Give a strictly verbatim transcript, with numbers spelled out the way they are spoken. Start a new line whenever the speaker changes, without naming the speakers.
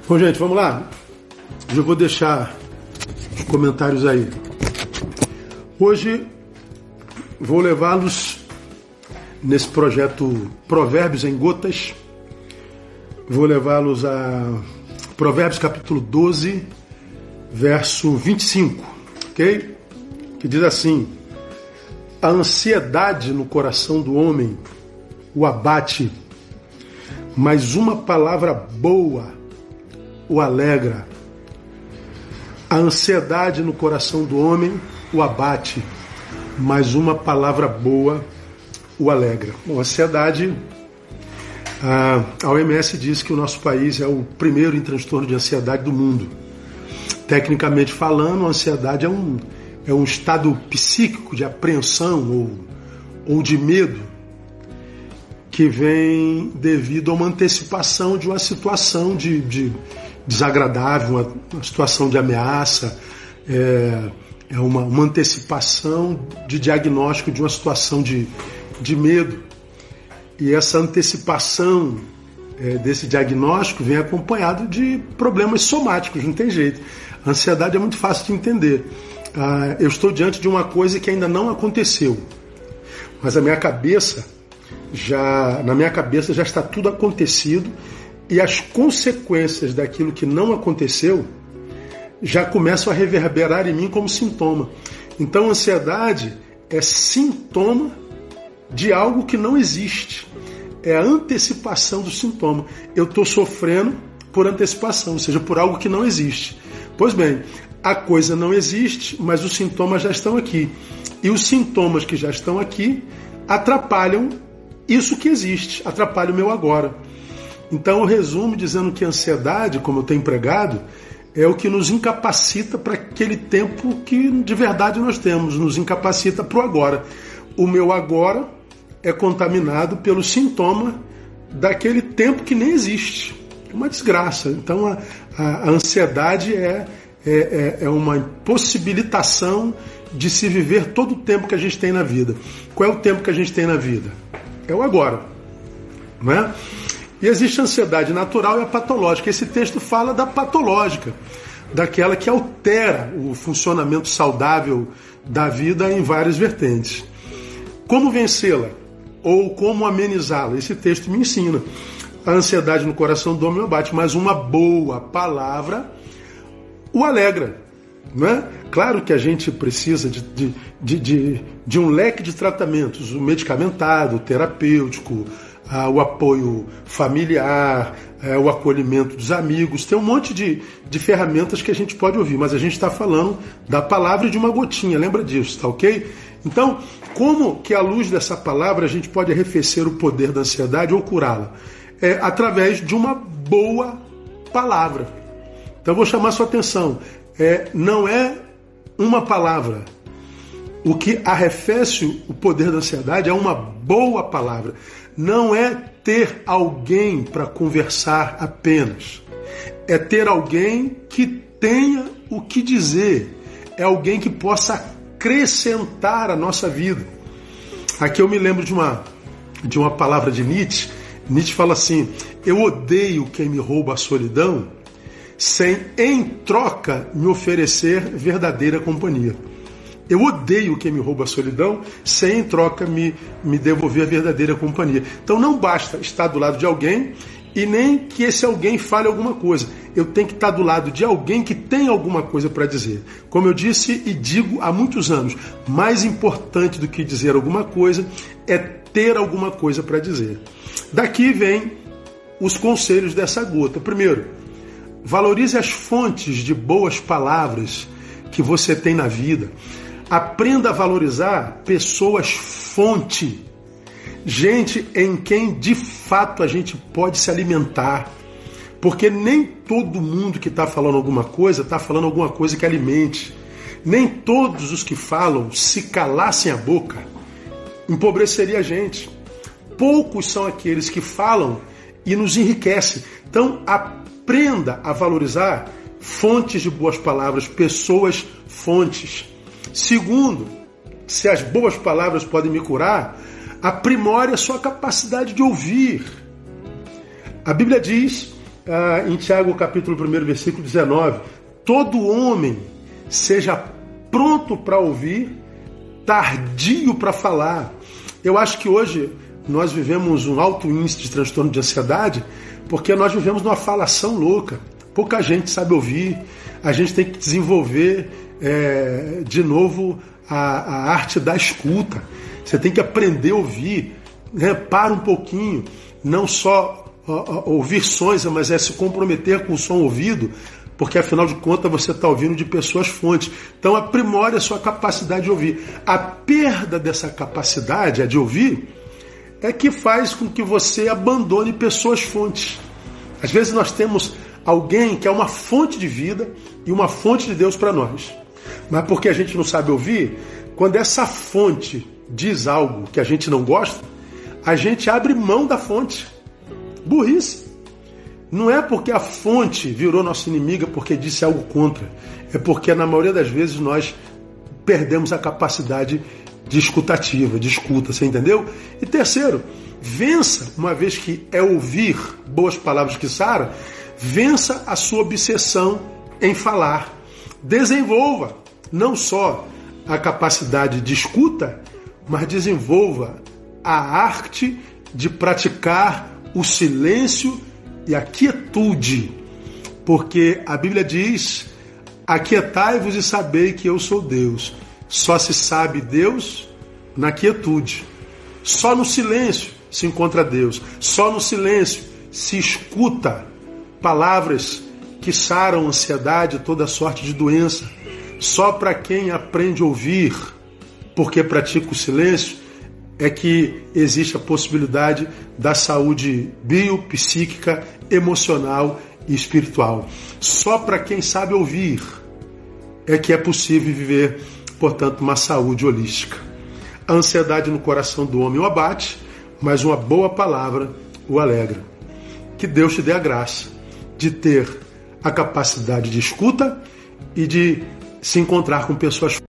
Bom, gente, vamos lá. Eu vou deixar os comentários aí. Hoje vou levá-los nesse projeto Provérbios em Gotas. Vou levá-los a Provérbios capítulo doze, verso vinte e cinco, ok? Que diz assim: a ansiedade no coração do homem o abate, mas uma palavra boa o alegra. A ansiedade no coração do homem o abate, mas uma palavra boa o alegra. Bom, a ansiedade, a O M S diz que o nosso país é o primeiro em transtorno de ansiedade do mundo. Tecnicamente falando, a ansiedade é um, é um estado psíquico de apreensão ou, ou de medo que vem devido a uma antecipação de uma situação de, de desagradável, uma, uma situação de ameaça, é, é uma, uma antecipação de diagnóstico de uma situação de, de medo. E essa antecipação é, desse diagnóstico vem acompanhado de problemas somáticos, não tem jeito. A ansiedade é muito fácil de entender. Ah, eu estou diante de uma coisa que ainda não aconteceu, mas a minha cabeça já, na minha cabeça já está tudo acontecido e as consequências daquilo que não aconteceu já começam a reverberar em mim como sintoma. Então a ansiedade é sintoma de algo que não existe. É a antecipação do sintoma. Eu estou sofrendo por antecipação, ou seja, por algo que não existe. Pois bem, a coisa não existe, mas os sintomas já estão aqui. E os sintomas que já estão aqui atrapalham isso que existe, atrapalha o meu agora. Então eu resumo dizendo que a ansiedade, como eu tenho pregado, é o que nos incapacita para aquele tempo que de verdade nós temos, nos incapacita para o agora. O meu agora é contaminado pelo sintoma daquele tempo que nem existe. É uma desgraça. Então a, a, a ansiedade é, é, é uma impossibilitação de se viver todo o tempo que a gente tem na vida. Qual é o tempo que a gente tem na vida? É o agora, não é? E existe a ansiedade natural e a patológica. Esse texto fala da patológica, daquela que altera o funcionamento saudável da vida em várias vertentes. Como vencê-la? Ou como amenizá-la? Esse texto me ensina. A ansiedade no coração do homem abate, mas uma boa palavra o alegra. Não é? Claro que a gente precisa de, de, de, de, de um leque de tratamentos, o medicamentado, o terapêutico, ah, o apoio familiar, ah, o acolhimento dos amigos. Tem um monte de, de ferramentas que a gente pode ouvir, mas a gente está falando da palavra e de uma gotinha, lembra disso, tá ok? Então, como que à luz dessa palavra a gente pode arrefecer o poder da ansiedade ou curá-la? É através de uma boa palavra. Então eu vou chamar a sua atenção. É, não é uma palavra. O que arrefece o poder da ansiedade é uma boa palavra. Não é ter alguém para conversar apenas. É ter alguém que tenha o que dizer. É alguém que possa acrescentar a nossa vida. Aqui eu me lembro de uma, de uma palavra de Nietzsche. Nietzsche fala assim: eu odeio quem me rouba a solidão sem, em troca, me oferecer verdadeira companhia. Eu odeio quem me rouba a solidão sem, em troca, me, me devolver a verdadeira companhia. Então não basta estar do lado de alguém e nem que esse alguém fale alguma coisa. Eu tenho que estar do lado de alguém que tem alguma coisa para dizer. Como eu disse e digo há muitos anos, mais importante do que dizer alguma coisa é ter alguma coisa para dizer. Daqui vem os conselhos dessa gota. Primeiro, valorize as fontes de boas palavras que você tem na vida. Aprenda a valorizar pessoas fonte. Gente em quem de fato a gente pode se alimentar. Porque nem todo mundo que está falando alguma coisa está falando alguma coisa que alimente. Nem todos os que falam, se calassem a boca, empobreceria a gente. Poucos são aqueles que falam e nos enriquecem. Então, aprenda a valorizar fontes de boas palavras, pessoas fontes. Segundo, se as boas palavras podem me curar, aprimore a sua capacidade de ouvir. A Bíblia diz ah, em Tiago capítulo um, versículo dezenove, todo homem seja pronto para ouvir, tardio para falar. Eu acho que hoje nós vivemos um alto índice de transtorno de ansiedade porque nós vivemos numa falação louca. Pouca gente sabe ouvir, a gente tem que desenvolver é, de novo a, a arte da escuta. Você tem que aprender a ouvir, né? Para um pouquinho, não só ó, ó, ouvir sons, mas é se comprometer com o som ouvido, porque afinal de contas você está ouvindo de pessoas fontes. Então aprimore a sua capacidade de ouvir. A perda dessa capacidade, a de ouvir, é que faz com que você abandone pessoas fontes. Às vezes nós temos alguém que é uma fonte de vida e uma fonte de Deus para nós. Mas porque a gente não sabe ouvir, quando essa fonte diz algo que a gente não gosta, a gente abre mão da fonte. Burrice. Não é porque a fonte virou nossa inimiga porque disse algo contra. É porque na maioria das vezes nós perdemos a capacidade de escutativa, de escuta, você entendeu? E terceiro, vença, uma vez que é ouvir boas palavras que saram, vença a sua obsessão em falar. Desenvolva não só a capacidade de escuta, mas desenvolva a arte de praticar o silêncio e a quietude. Porque a Bíblia diz: aquietai-vos e sabei que eu sou Deus. Só se sabe Deus na quietude. Só no silêncio se encontra Deus. Só no silêncio se escuta palavras que saram ansiedade e toda sorte de doença. Só para quem aprende a ouvir, porque pratica o silêncio, é que existe a possibilidade da saúde biopsíquica, emocional e espiritual. Só para quem sabe ouvir é que é possível viver, portanto, uma saúde holística. A ansiedade no coração do homem o abate, mas uma boa palavra o alegra. Que Deus te dê a graça de ter a capacidade de escuta e de se encontrar com pessoas